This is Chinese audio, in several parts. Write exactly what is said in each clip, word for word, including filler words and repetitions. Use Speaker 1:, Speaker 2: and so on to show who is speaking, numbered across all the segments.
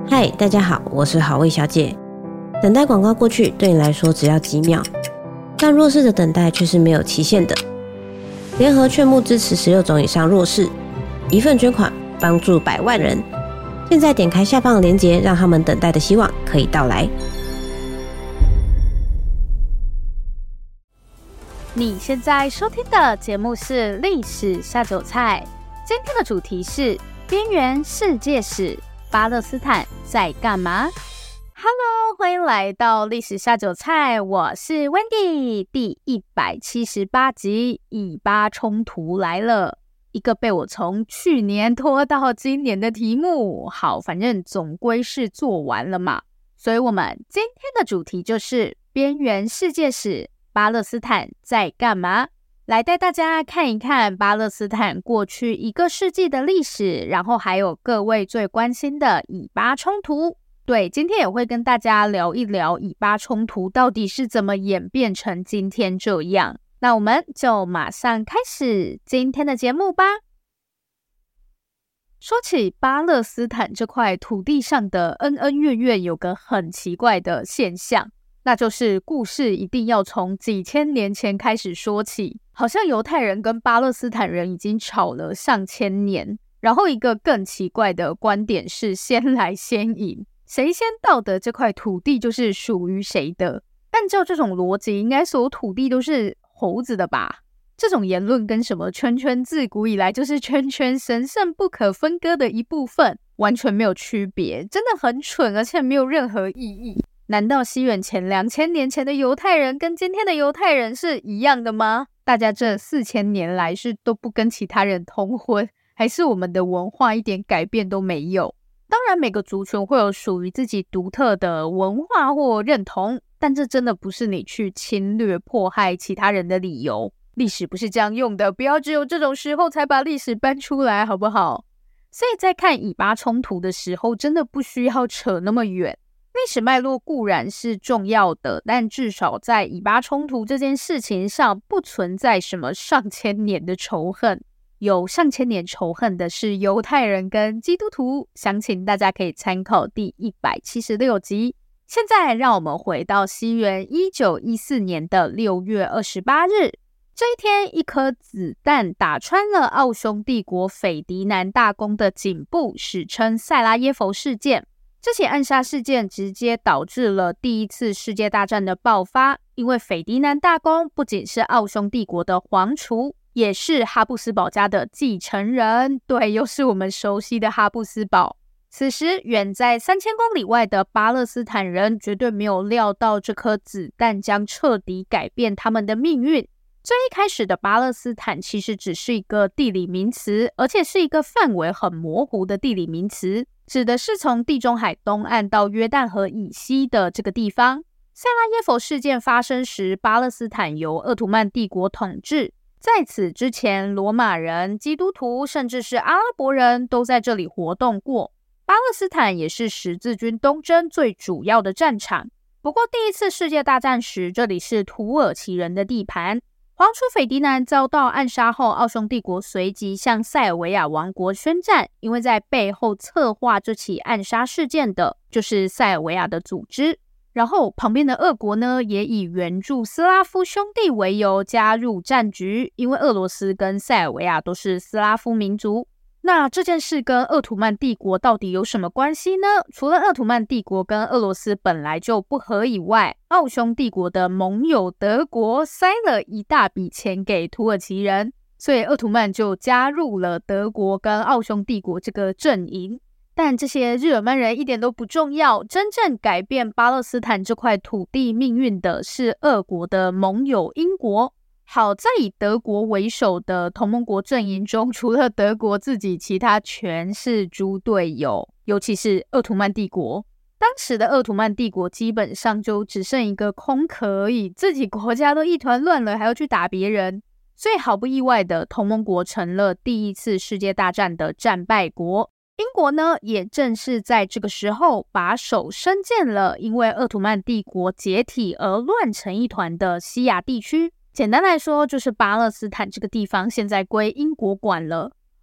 Speaker 1: 嗨，大家好，我是好味小姐。等待广告过去对你来说只要几秒，但弱势的等待却是没有期限的。联合劝募支持十六种以上弱势，一份捐款帮助百万人。现在点开下方的链接，让他们等待的希望可以到来。
Speaker 2: 你现在收听的节目是历史下酒菜，今天的主题是边缘世界史，巴勒斯坦在干嘛？ Hello， 欢迎来到历史下酒菜，我是 Wendy。 第一百七十八集，以巴冲突来了，一个被我从去年拖到今年的题目。好，反正总归是做完了嘛，所以我们今天的主题就是边缘世界史，巴勒斯坦在干嘛？来带大家看一看巴勒斯坦过去一个世纪的历史，然后还有各位最关心的以巴冲突。对，今天也会跟大家聊一聊以巴冲突到底是怎么演变成今天这样。那我们就马上开始今天的节目吧。说起巴勒斯坦这块土地上的恩恩怨怨，有个很奇怪的现象，那就是故事一定要从几千年前开始说起，好像犹太人跟巴勒斯坦人已经吵了上千年。然后一个更奇怪的观点是先来先赢，谁先到的这块土地就是属于谁的。按照这种逻辑，应该所有土地都是猴子的吧？这种言论跟什么圈圈自古以来就是圈圈神圣不可分割的一部分完全没有区别，真的很蠢，而且没有任何意义。难道西元前两千年前的犹太人跟今天的犹太人是一样的吗？大家这四千年来是都不跟其他人通婚，还是我们的文化一点改变都没有？当然每个族群会有属于自己独特的文化或认同，但这真的不是你去侵略迫害其他人的理由。历史不是这样用的，不要只有这种时候才把历史搬出来好不好？所以在看以巴冲突的时候，真的不需要扯那么远。历史脉络固然是重要的，但至少在以巴冲突这件事情上不存在什么上千年的仇恨。有上千年仇恨的是犹太人跟基督徒，详情大家可以参考第一百七十六集。现在让我们回到西元一九一四年的六月二十八日，这一天一颗子弹打穿了奥匈帝国斐迪南大公的颈部，史称塞拉耶夫事件。这起暗杀事件直接导致了第一次世界大战的爆发，因为斐迪南大公不仅是奥匈帝国的皇储，也是哈布斯堡家的继承人。对，又是我们熟悉的哈布斯堡。此时远在三千公里外的巴勒斯坦人绝对没有料到这颗子弹将彻底改变他们的命运。最一开始的巴勒斯坦其实只是一个地理名词，而且是一个范围很模糊的地理名词，指的是从地中海东岸到约旦河以西的这个地方。塞拉耶夫事件发生时，巴勒斯坦由鄂图曼帝国统治，在此之前，罗马人、基督徒甚至是阿拉伯人都在这里活动过。巴勒斯坦也是十字军东征最主要的战场。不过第一次世界大战时，这里是土耳其人的地盘。皇储斐迪南遭到暗杀后，奥匈帝国随即向塞尔维亚王国宣战，因为在背后策划这起暗杀事件的就是塞尔维亚的组织。然后旁边的俄国呢，也以援助斯拉夫兄弟为由加入战局，因为俄罗斯跟塞尔维亚都是斯拉夫民族。那这件事跟鄂图曼帝国到底有什么关系呢？除了鄂图曼帝国跟俄罗斯本来就不合以外，奥匈帝国的盟友德国塞了一大笔钱给土耳其人，所以鄂图曼就加入了德国跟奥匈帝国这个阵营。但这些日耳曼人一点都不重要，真正改变巴勒斯坦这块土地命运的是俄国的盟友英国。好在以德国为首的同盟国阵营中，除了德国自己，其他全是猪队友，尤其是鄂图曼帝国。当时的鄂图曼帝国基本上就只剩一个空壳而已，自己国家都一团乱了，还要去打别人。所以毫不意外的，同盟国成了第一次世界大战的战败国。英国呢，也正是在这个时候把手伸进了因为鄂图曼帝国解体而乱成一团的西亚地区。简单来说，就是巴勒斯坦这个地方现在归英国管了。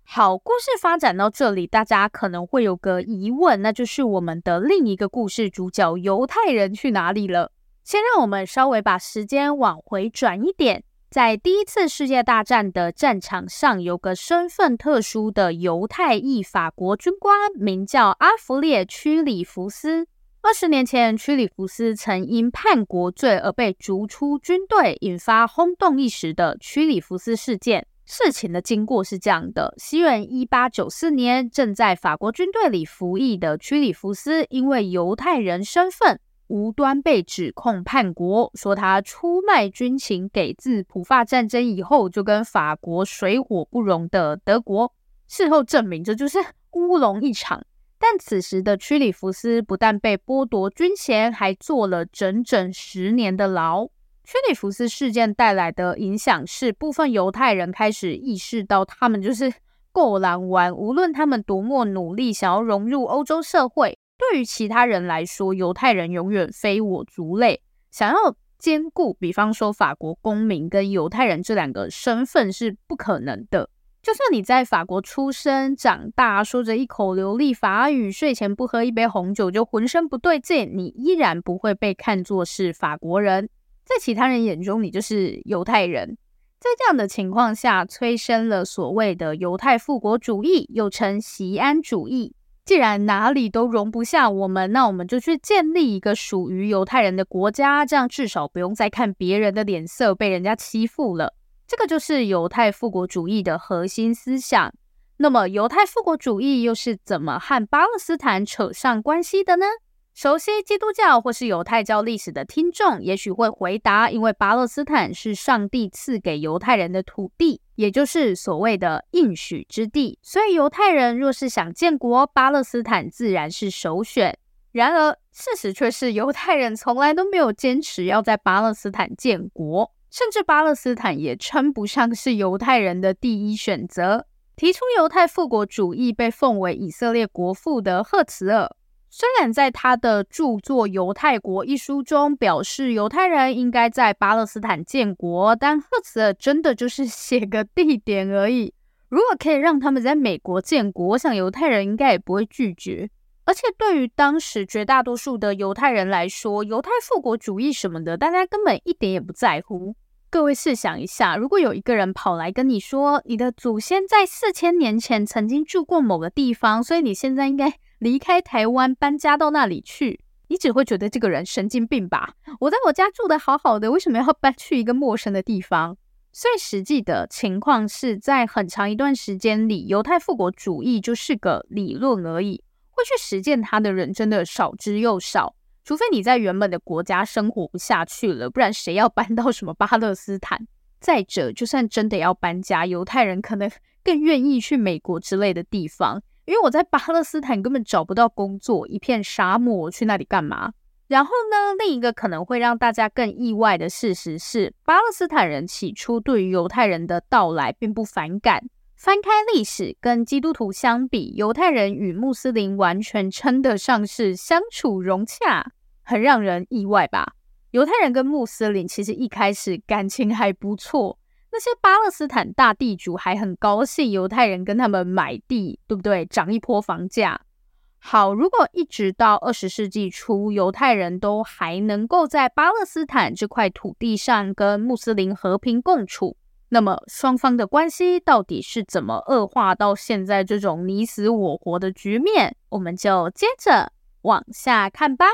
Speaker 2: 好，故事发展到这里，大家可能会有个疑问，那就是我们的另一个故事主角犹太人去哪里了？先让我们稍微把时间往回转一点，在第一次世界大战的战场上，有个身份特殊的犹太裔法国军官，名叫阿弗列·屈里福斯。二十年前，屈里福斯曾因叛国罪而被逐出军队，引发轰动一时的屈里福斯事件。事情的经过是这样的：西元一八九四年，正在法国军队里服役的屈里福斯，因为犹太人身份，无端被指控叛国，说他出卖军情给自普法战争以后就跟法国水火不容的德国。事后证明，这就是乌龙一场。但此时的屈里福斯不但被剥夺军衔，还坐了整整十年的牢。屈里福斯事件带来的影响是，部分犹太人开始意识到他们就是够狼玩，无论他们多么努力想要融入欧洲社会，对于其他人来说，犹太人永远非我族类。想要兼顾比方说法国公民跟犹太人这两个身份是不可能的。就算你在法国出生长大，说着一口流利法语，睡前不喝一杯红酒就浑身不对劲，你依然不会被看作是法国人。在其他人眼中，你就是犹太人。在这样的情况下，催生了所谓的犹太复国主义，又称锡安主义。既然哪里都容不下我们，那我们就去建立一个属于犹太人的国家，这样至少不用再看别人的脸色，被人家欺负了。这个就是犹太复国主义的核心思想。那么，犹太复国主义又是怎么和巴勒斯坦扯上关系的呢？熟悉基督教或是犹太教历史的听众也许会回答，因为巴勒斯坦是上帝赐给犹太人的土地，也就是所谓的应许之地，所以犹太人若是想建国，巴勒斯坦自然是首选。然而事实却是，犹太人从来都没有坚持要在巴勒斯坦建国，甚至巴勒斯坦也称不上是犹太人的第一选择。提出犹太复国主义被奉为以色列国父的赫茨尔，虽然在他的著作《犹太国》一书中表示犹太人应该在巴勒斯坦建国，但赫茨尔真的就是写个地点而已。如果可以让他们在美国建国，我想犹太人应该也不会拒绝。而且对于当时绝大多数的犹太人来说，犹太复国主义什么的，大家根本一点也不在乎。各位试想一下，如果有一个人跑来跟你说，你的祖先在四千年前曾经住过某个地方，所以你现在应该离开台湾搬家到那里去，你只会觉得这个人神经病吧？我在我家住得好好的，为什么要搬去一个陌生的地方？所以实际的情况是，在很长一段时间里，犹太复国主义就是个理论而已，会去实践它的人真的少之又少。除非你在原本的国家生活不下去了，不然谁要搬到什么巴勒斯坦？再者，就算真的要搬家，犹太人可能更愿意去美国之类的地方，因为我在巴勒斯坦根本找不到工作，一片沙漠，我去那里干嘛？然后呢，另一个可能会让大家更意外的事实是，巴勒斯坦人起初对于犹太人的到来并不反感。翻开历史，跟基督徒相比，犹太人与穆斯林完全称得上是相处融洽，很让人意外吧？犹太人跟穆斯林其实一开始感情还不错，那些巴勒斯坦大地主还很高兴犹太人跟他们买地，对不对？涨一波房价。好，如果一直到二十世纪初，犹太人都还能够在巴勒斯坦这块土地上跟穆斯林和平共处，那么双方的关系到底是怎么恶化到现在这种你死我活的局面？我们就接着往下看吧。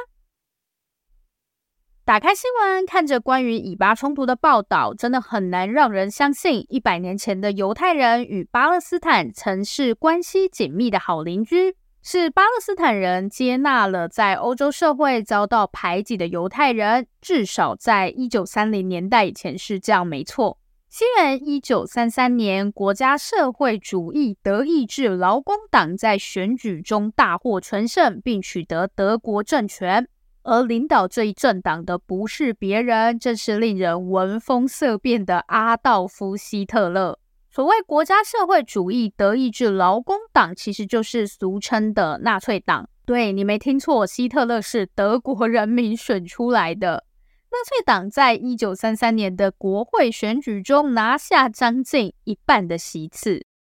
Speaker 2: 打开新闻，看着关于以巴冲突的报道，真的很难让人相信一百年前的犹太人与巴勒斯坦曾是关系紧密的好邻居，是巴勒斯坦人接纳了在欧洲社会遭到排挤的犹太人，至少在一九三零年代以前是这样没错。西元一九三三年，国家社会主义德意志劳工党在选举中大获全胜，并取得德国政权。而领导这一政党的不是别人，正是令人闻风色变的阿道夫·希特勒。所谓国家社会主义德意志劳工党，其实就是俗称的纳粹党。对，你没听错，希特勒是德国人民选出来的。纳粹党在一九三三年的国会选举中拿下将近一半的席次。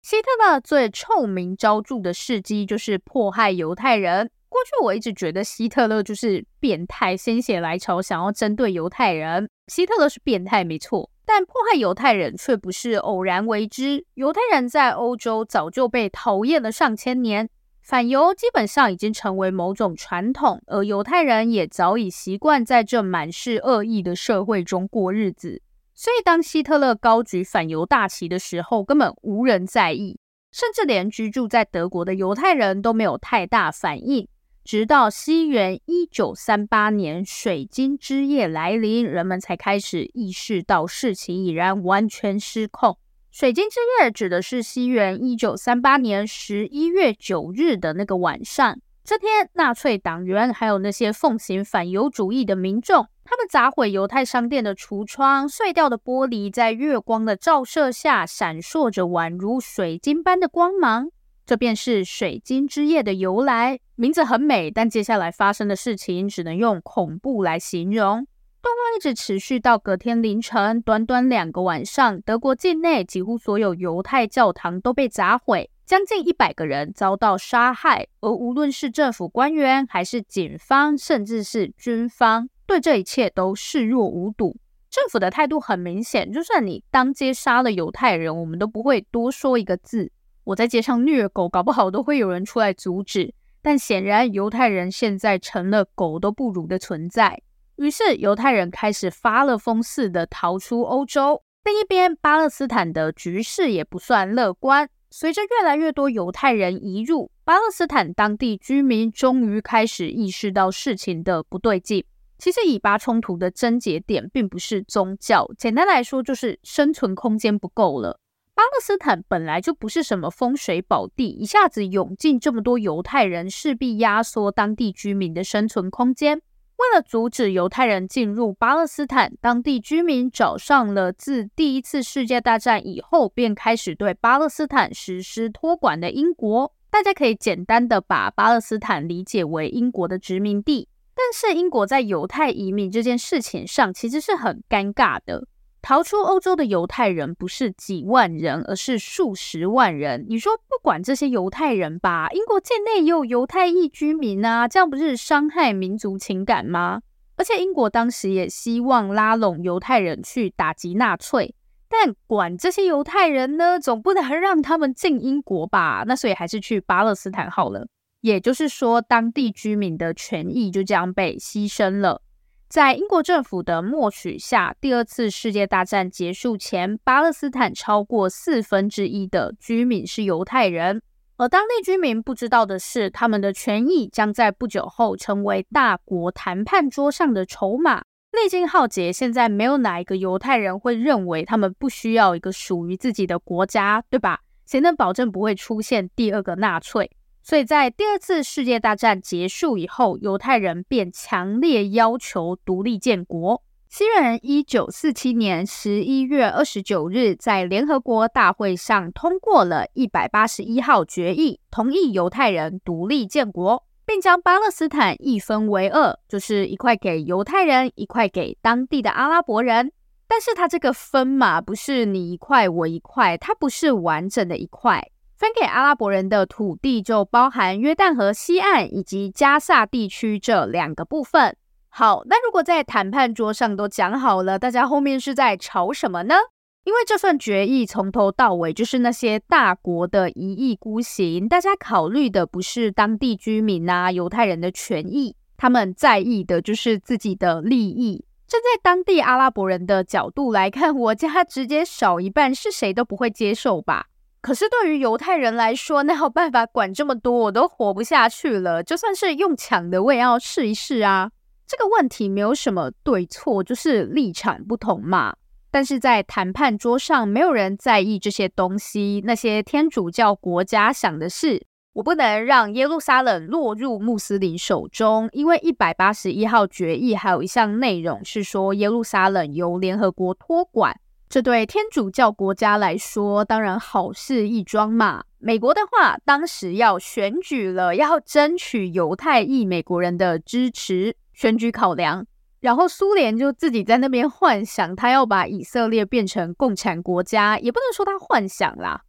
Speaker 2: 希特勒最臭名昭著的事迹就是迫害犹太人。过去我一直觉得希特勒就是变态，心血来潮想要针对犹太人。希特勒是变态没错，但迫害犹太人却不是偶然为之。犹太人在欧洲早就被讨厌了上千年，反犹基本上已经成为某种传统，而犹太人也早已习惯在这满是恶意的社会中过日子。所以当希特勒高举反犹大旗的时候，根本无人在意，甚至连居住在德国的犹太人都没有太大反应。直到西元一九三八年水晶之夜来临，人们才开始意识到事情已然完全失控。水晶之夜指的是西元一九三八年十一月九日的那个晚上。这天，纳粹党员还有那些奉行反犹主义的民众，他们砸毁犹太商店的橱窗，碎掉的玻璃在月光的照射下闪烁着宛如水晶般的光芒。这便是水晶之夜的由来。名字很美，但接下来发生的事情只能用恐怖来形容。动乱一直持续到隔天凌晨，短短两个晚上，德国境内几乎所有犹太教堂都被砸毁，将近一百个人遭到杀害，而无论是政府官员还是警方，甚至是军方，对这一切都视若无睹。政府的态度很明显，就算你当街杀了犹太人，我们都不会多说一个字。我在街上虐狗，搞不好都会有人出来阻止，但显然犹太人现在成了狗都不如的存在。于是犹太人开始发了疯似的逃出欧洲。另一边，巴勒斯坦的局势也不算乐观。随着越来越多犹太人移入，巴勒斯坦当地居民终于开始意识到事情的不对劲。其实以巴冲突的症结点并不是宗教，简单来说就是生存空间不够了。巴勒斯坦本来就不是什么风水宝地，一下子涌进这么多犹太人，势必压缩当地居民的生存空间。为了阻止犹太人进入巴勒斯坦，当地居民找上了自第一次世界大战以后便开始对巴勒斯坦实施托管的英国。大家可以简单的把巴勒斯坦理解为英国的殖民地，但是英国在犹太移民这件事情上其实是很尴尬的。逃出欧洲的犹太人不是几万人，而是数十万人。你说不管这些犹太人吧，英国境内也有犹太裔居民啊，这样不是伤害民族情感吗？而且英国当时也希望拉拢犹太人去打击纳粹，但管这些犹太人呢，总不能让他们进英国吧？那所以还是去巴勒斯坦好了。也就是说，当地居民的权益就这样被牺牲了。在英国政府的默许下，第二次世界大战结束前，巴勒斯坦超过四分之一的居民是犹太人。而当地居民不知道的是，他们的权益将在不久后成为大国谈判桌上的筹码。历经浩劫，现在没有哪一个犹太人会认为他们不需要一个属于自己的国家，对吧？谁能保证不会出现第二个纳粹？所以在第二次世界大战结束以后，犹太人便强烈要求独立建国。西元一九四七年十一月二十九日，在联合国大会上通过了一百八十一号决议，同意犹太人独立建国，并将巴勒斯坦一分为二，就是一块给犹太人，一块给当地的阿拉伯人。但是它这个分嘛，不是你一块我一块，它不是完整的一块。分给阿拉伯人的土地就包含约旦河西岸以及加萨地区这两个部分。好，那如果在谈判桌上都讲好了，大家后面是在吵什么呢？因为这份决议从头到尾就是那些大国的一意孤行，大家考虑的不是当地居民啊、犹太人的权益，他们在意的就是自己的利益。站在当地阿拉伯人的角度来看，我家直接少一半是谁都不会接受吧。可是对于犹太人来说，哪有办法管这么多，我都活不下去了，就算是用抢的我也要试一试啊。这个问题没有什么对错，就是立场不同嘛。但是在谈判桌上，没有人在意这些东西。那些天主教国家想的是，我不能让耶路撒冷落入穆斯林手中，因为一百八十一号决议还有一项内容是说耶路撒冷由联合国托管。这对天主教国家来说当然好事一桩嘛。美国的话，当时要选举了，要争取犹太裔美国人的支持，选举考量。然后苏联就自己在那边幻想他要把以色列变成共产国家，也不能说他幻想啦，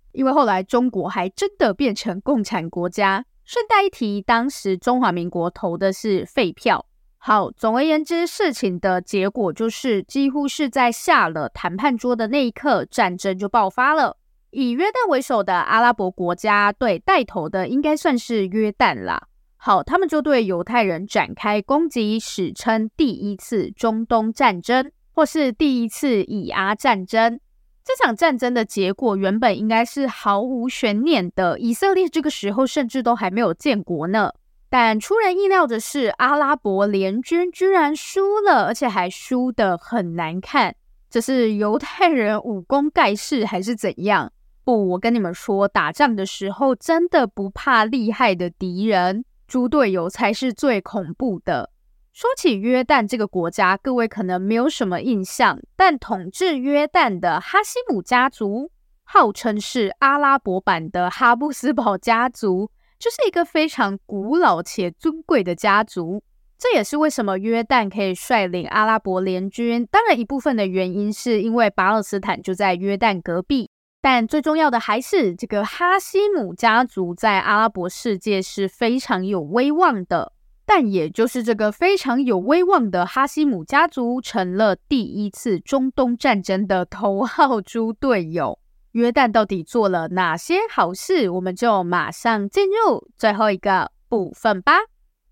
Speaker 2: 因为后来中国还真的变成共产国家。顺带一提，当时中华民国投的是废票。好，总而言之，事情的结果就是几乎是在下了谈判桌的那一刻，战争就爆发了。以约旦为首的阿拉伯国家，对，带头的应该算是约旦啦。好，他们就对犹太人展开攻击，史称第一次中东战争，或是第一次以阿战争。这场战争的结果原本应该是毫无悬念的，以色列这个时候甚至都还没有建国呢。但出人意料的是，阿拉伯联军居然输了，而且还输得很难看。这是犹太人武功盖世还是怎样？不，我跟你们说，打仗的时候真的不怕厉害的敌人，猪队友才是最恐怖的。说起约旦这个国家，各位可能没有什么印象，但统治约旦的哈希姆家族，号称是阿拉伯版的哈布斯堡家族，就是一个非常古老且尊贵的家族。这也是为什么约旦可以率领阿拉伯联军，当然一部分的原因是因为巴勒斯坦就在约旦隔壁，但最重要的还是这个哈希姆家族在阿拉伯世界是非常有威望的。但也就是这个非常有威望的哈希姆家族，成了第一次中东战争的头号猪队友。约旦到底做了哪些好事？我们就马上进入最后一个部分吧。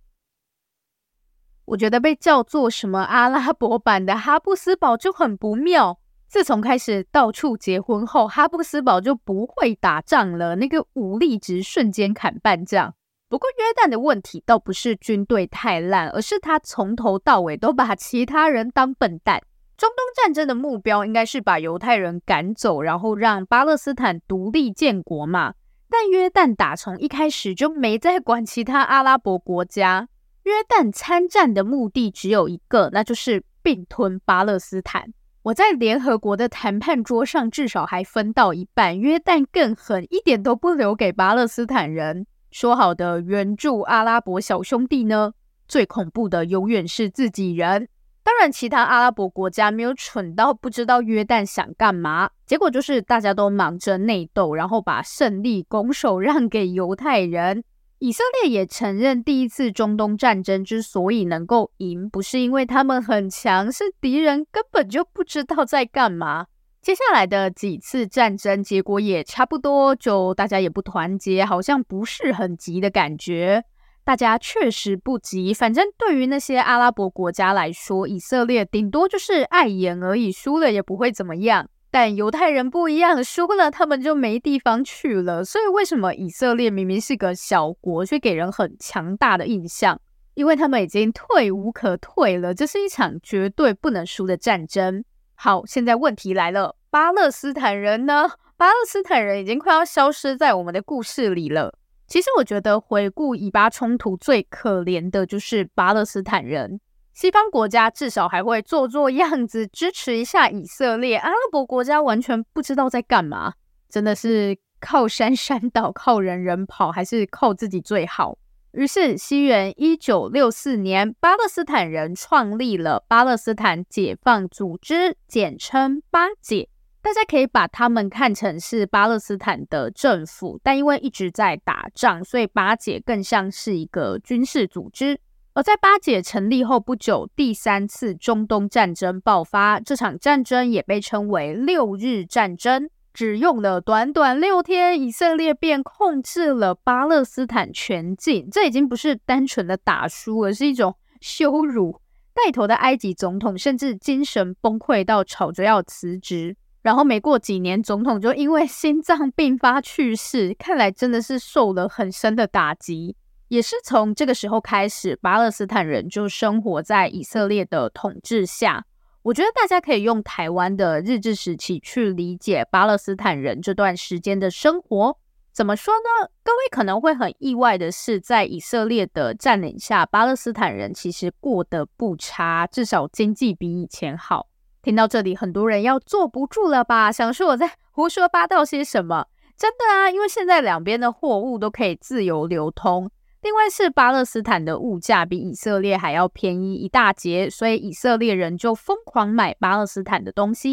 Speaker 2: 我觉得被叫做什么阿拉伯版的哈布斯堡就很不妙。自从开始到处结婚后，哈布斯堡就不会打仗了，那个武力值瞬间砍半这样。不过约旦的问题倒不是军队太烂，而是他从头到尾都把其他人当笨蛋。中东战争的目标应该是把犹太人赶走，然后让巴勒斯坦独立建国嘛。但约旦打从一开始就没在管其他阿拉伯国家。约旦参战的目的只有一个，那就是并吞巴勒斯坦。我在联合国的谈判桌上至少还分到一半，约旦更狠，一点都不留给巴勒斯坦人。说好的援助阿拉伯小兄弟呢？最恐怖的永远是自己人。当然，其他阿拉伯国家没有蠢到不知道约旦想干嘛，结果就是大家都忙着内斗，然后把胜利拱手让给犹太人。以色列也承认，第一次中东战争之所以能够赢，不是因为他们很强，是敌人根本就不知道在干嘛。接下来的几次战争结果也差不多，就大家也不团结，好像不是很急的感觉。大家确实不急，反正对于那些阿拉伯国家来说，以色列顶多就是碍眼而已，输了也不会怎么样。但犹太人不一样，输了他们就没地方去了。所以为什么以色列明明是个小国，却给人很强大的印象？因为他们已经退无可退了，这是一场绝对不能输的战争。好，现在问题来了，巴勒斯坦人呢？巴勒斯坦人已经快要消失在我们的故事里了。其实我觉得回顾以巴冲突最可怜的就是巴勒斯坦人。西方国家至少还会做做样子支持一下以色列，阿拉伯国家完全不知道在干嘛，真的是靠山山倒，靠人人跑，还是靠自己最好。于是西元一九六四年，巴勒斯坦人创立了巴勒斯坦解放组织，简称巴解。大家可以把他们看成是巴勒斯坦的政府，但因为一直在打仗，所以巴解更像是一个军事组织。而在巴解成立后不久，第三次中东战争爆发，这场战争也被称为六日战争。只用了短短六天，以色列便控制了巴勒斯坦全境。这已经不是单纯的打输，而是一种羞辱。带头的埃及总统甚至精神崩溃到吵着要辞职。然后没过几年，总统就因为心脏病发去世，看来真的是受了很深的打击。也是从这个时候开始，巴勒斯坦人就生活在以色列的统治下。我觉得大家可以用台湾的日治时期去理解巴勒斯坦人这段时间的生活。怎么说呢？各位可能会很意外的是，在以色列的占领下，巴勒斯坦人其实过得不差，至少经济比以前好。听到这里，很多人要坐不住了吧？想说我在胡说八道些什么？真的啊，因为现在两边的货物都可以自由流通。另外是巴勒斯坦的物价比以色列还要便宜一大截，所以以色列人就疯狂买巴勒斯坦的东西。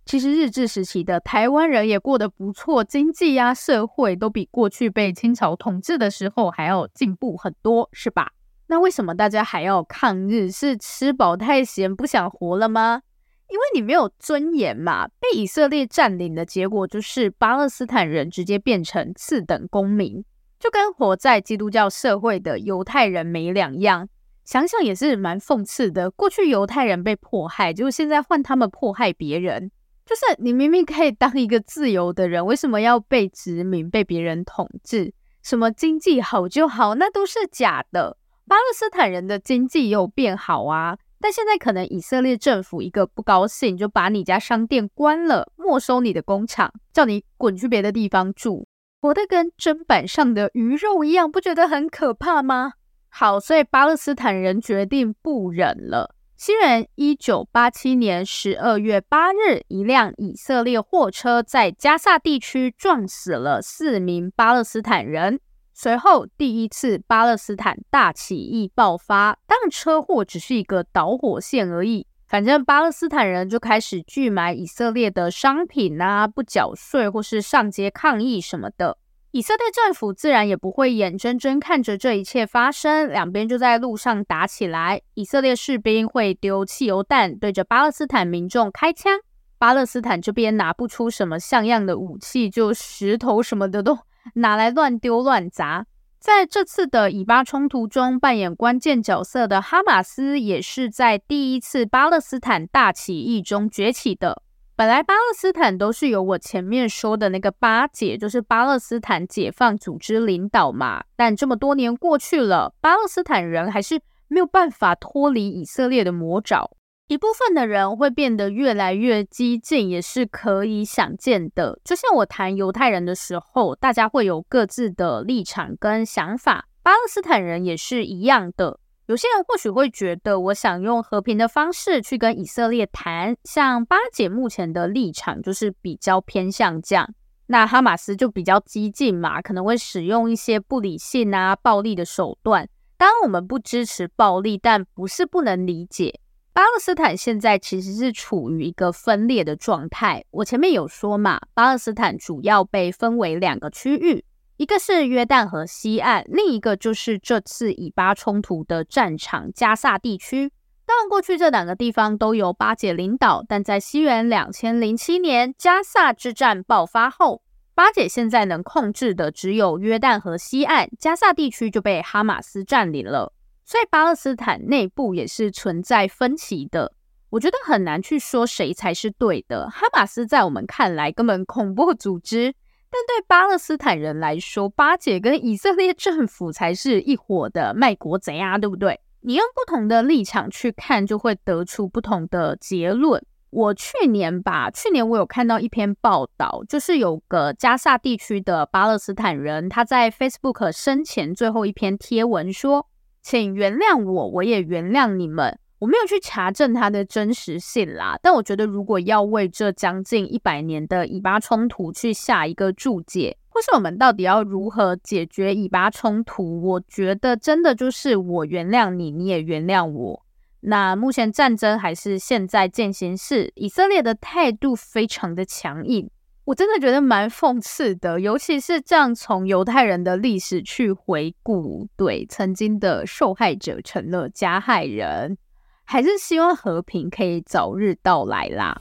Speaker 2: 其实日治时期的台湾人也过得不错，经济啊、社会都比过去被清朝统治的时候还要进步很多，是吧？那为什么大家还要抗日？是吃饱太闲不想活了吗？因为你没有尊严嘛。被以色列占领的结果就是巴勒斯坦人直接变成次等公民，就跟活在基督教社会的犹太人没两样。想想也是蛮讽刺的，过去犹太人被迫害，结果现在换他们迫害别人。就是你明明可以当一个自由的人，为什么要被殖民、被别人统治？什么经济好就好，那都是假的。巴勒斯坦人的经济也有变好啊，但现在可能以色列政府一个不高兴，就把你家商店关了，没收你的工厂，叫你滚去别的地方住，活得跟砧板上的鱼肉一样，不觉得很可怕吗？好，所以巴勒斯坦人决定不忍了。西元一九八七年十二月八日，一辆以色列货车在加萨地区撞死了四名巴勒斯坦人。随后，第一次巴勒斯坦大起义爆发，当然车祸只是一个导火线而已。反正巴勒斯坦人就开始拒买以色列的商品啊，不缴税或是上街抗议什么的。以色列政府自然也不会眼睁睁看着这一切发生，两边就在路上打起来。以色列士兵会丢汽油弹对着巴勒斯坦民众开枪，巴勒斯坦这边拿不出什么像样的武器，就石头什么的都拿来乱丢乱砸。在这次的以巴冲突中扮演关键角色的哈马斯，也是在第一次巴勒斯坦大起义中崛起的。本来巴勒斯坦都是由我前面说的那个巴解，就是巴勒斯坦解放组织领导嘛，但这么多年过去了，巴勒斯坦人还是没有办法脱离以色列的魔爪。一部分的人会变得越来越激进，也是可以想见的。就像我谈犹太人的时候，大家会有各自的立场跟想法，巴勒斯坦人也是一样的。有些人或许会觉得我想用和平的方式去跟以色列谈，像巴解目前的立场就是比较偏向这样。那哈马斯就比较激进嘛，可能会使用一些不理性啊、暴力的手段。当然我们不支持暴力，但不是不能理解。巴勒斯坦现在其实是处于一个分裂的状态。我前面有说嘛，巴勒斯坦主要被分为两个区域，一个是约旦河西岸，另一个就是这次以巴冲突的战场加萨地区。当然过去这两个地方都由巴解领导，但在西元两千零七年加萨之战爆发后，巴解现在能控制的只有约旦河西岸，加萨地区就被哈马斯占领了。所以巴勒斯坦内部也是存在分歧的，我觉得很难去说谁才是对的。哈马斯在我们看来根本恐怖组织，但对巴勒斯坦人来说，巴解跟以色列政府才是一伙的卖国贼啊，对不对？你用不同的立场去看，就会得出不同的结论。我去年吧，去年我有看到一篇报道，就是有个加萨地区的巴勒斯坦人，他在 Facebook 生前最后一篇贴文说，请原谅我，我也原谅你们。我没有去查证它的真实性啦，但我觉得如果要为这将近一百年的以巴冲突去下一个注解，或是我们到底要如何解决以巴冲突，我觉得真的就是我原谅你，你也原谅我。那目前战争还是现在进行式，以色列的态度非常的强硬，我真的觉得蛮讽刺的，尤其是这样从犹太人的历史去回顾，对，曾经的受害者成了加害人，还是希望和平可以早日到来啦。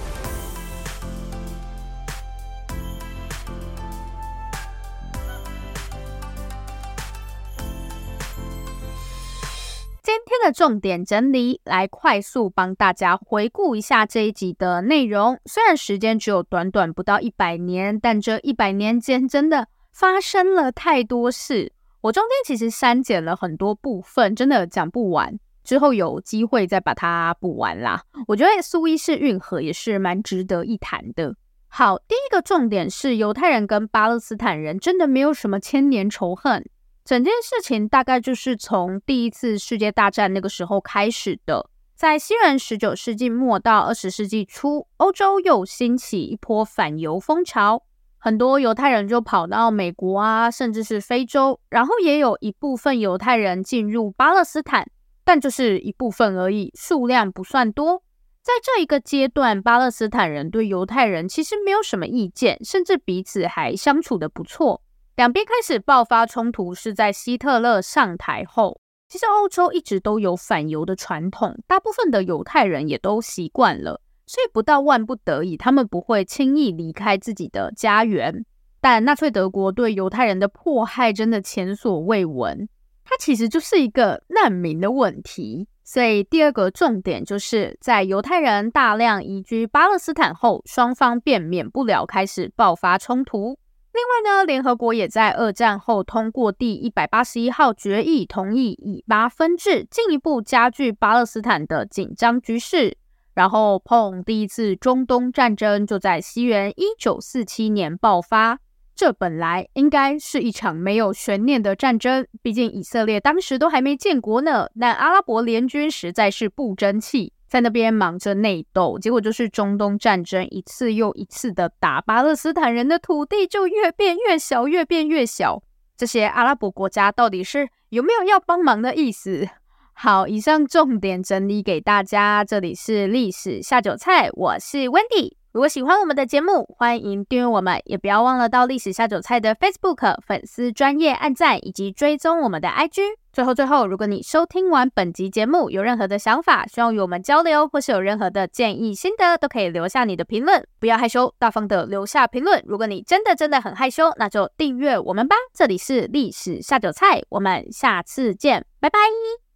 Speaker 2: 今天的重点整理，来快速帮大家回顾一下这一集的内容。虽然时间只有短短不到一百年，但这一百年间真的发生了太多事。我中间其实删减了很多部分，真的讲不完，之后有机会再把它补完啦。我觉得苏伊士运河也是蛮值得一谈的。好，第一个重点是犹太人跟巴勒斯坦人真的没有什么千年仇恨。整件事情大概就是从第一次世界大战那个时候开始的。在西元十九世纪末到二十世纪初，欧洲又兴起一波反犹风潮，很多犹太人就跑到美国啊，甚至是非洲，然后也有一部分犹太人进入巴勒斯坦，但就是一部分而已，数量不算多。 在这一个阶段，巴勒斯坦人对犹太人其实没有什么意见，甚至彼此还相处得不错。两边开始爆发冲突是在希特勒上台后。其实欧洲一直都有反犹的传统，大部分的犹太人也都习惯了，所以不到万不得已，他们不会轻易离开自己的家园。但纳粹德国对犹太人的迫害真的前所未闻，它其实就是一个难民的问题。所以第二个重点就是在犹太人大量移居巴勒斯坦后，双方便免不了开始爆发冲突。另外呢，联合国也在二战后通过第一百八十一号决议，同意以巴分治，进一步加剧巴勒斯坦的紧张局势。然后砰，第一次中东战争就在西元一九四七年爆发。这本来应该是一场没有悬念的战争，毕竟以色列当时都还没建国呢，但阿拉伯联军实在是不争气，在那边忙着内斗，结果就是中东战争一次又一次的打，巴勒斯坦人的土地就越变越小，越变越小。这些阿拉伯国家到底是有没有要帮忙的意思？好，以上重点整理给大家，这里是历史下酒菜，我是 Wendy。如果喜欢我们的节目，欢迎订阅我们，也不要忘了到历史下酒菜的 Facebook 粉丝专页按赞以及追踪我们的 I G。 最后最后，如果你收听完本集节目有任何的想法，希望与我们交流，或是有任何的建议心得，都可以留下你的评论，不要害羞，大方的留下评论。如果你真的真的很害羞，那就订阅我们吧。这里是历史下酒菜，我们下次见，拜拜。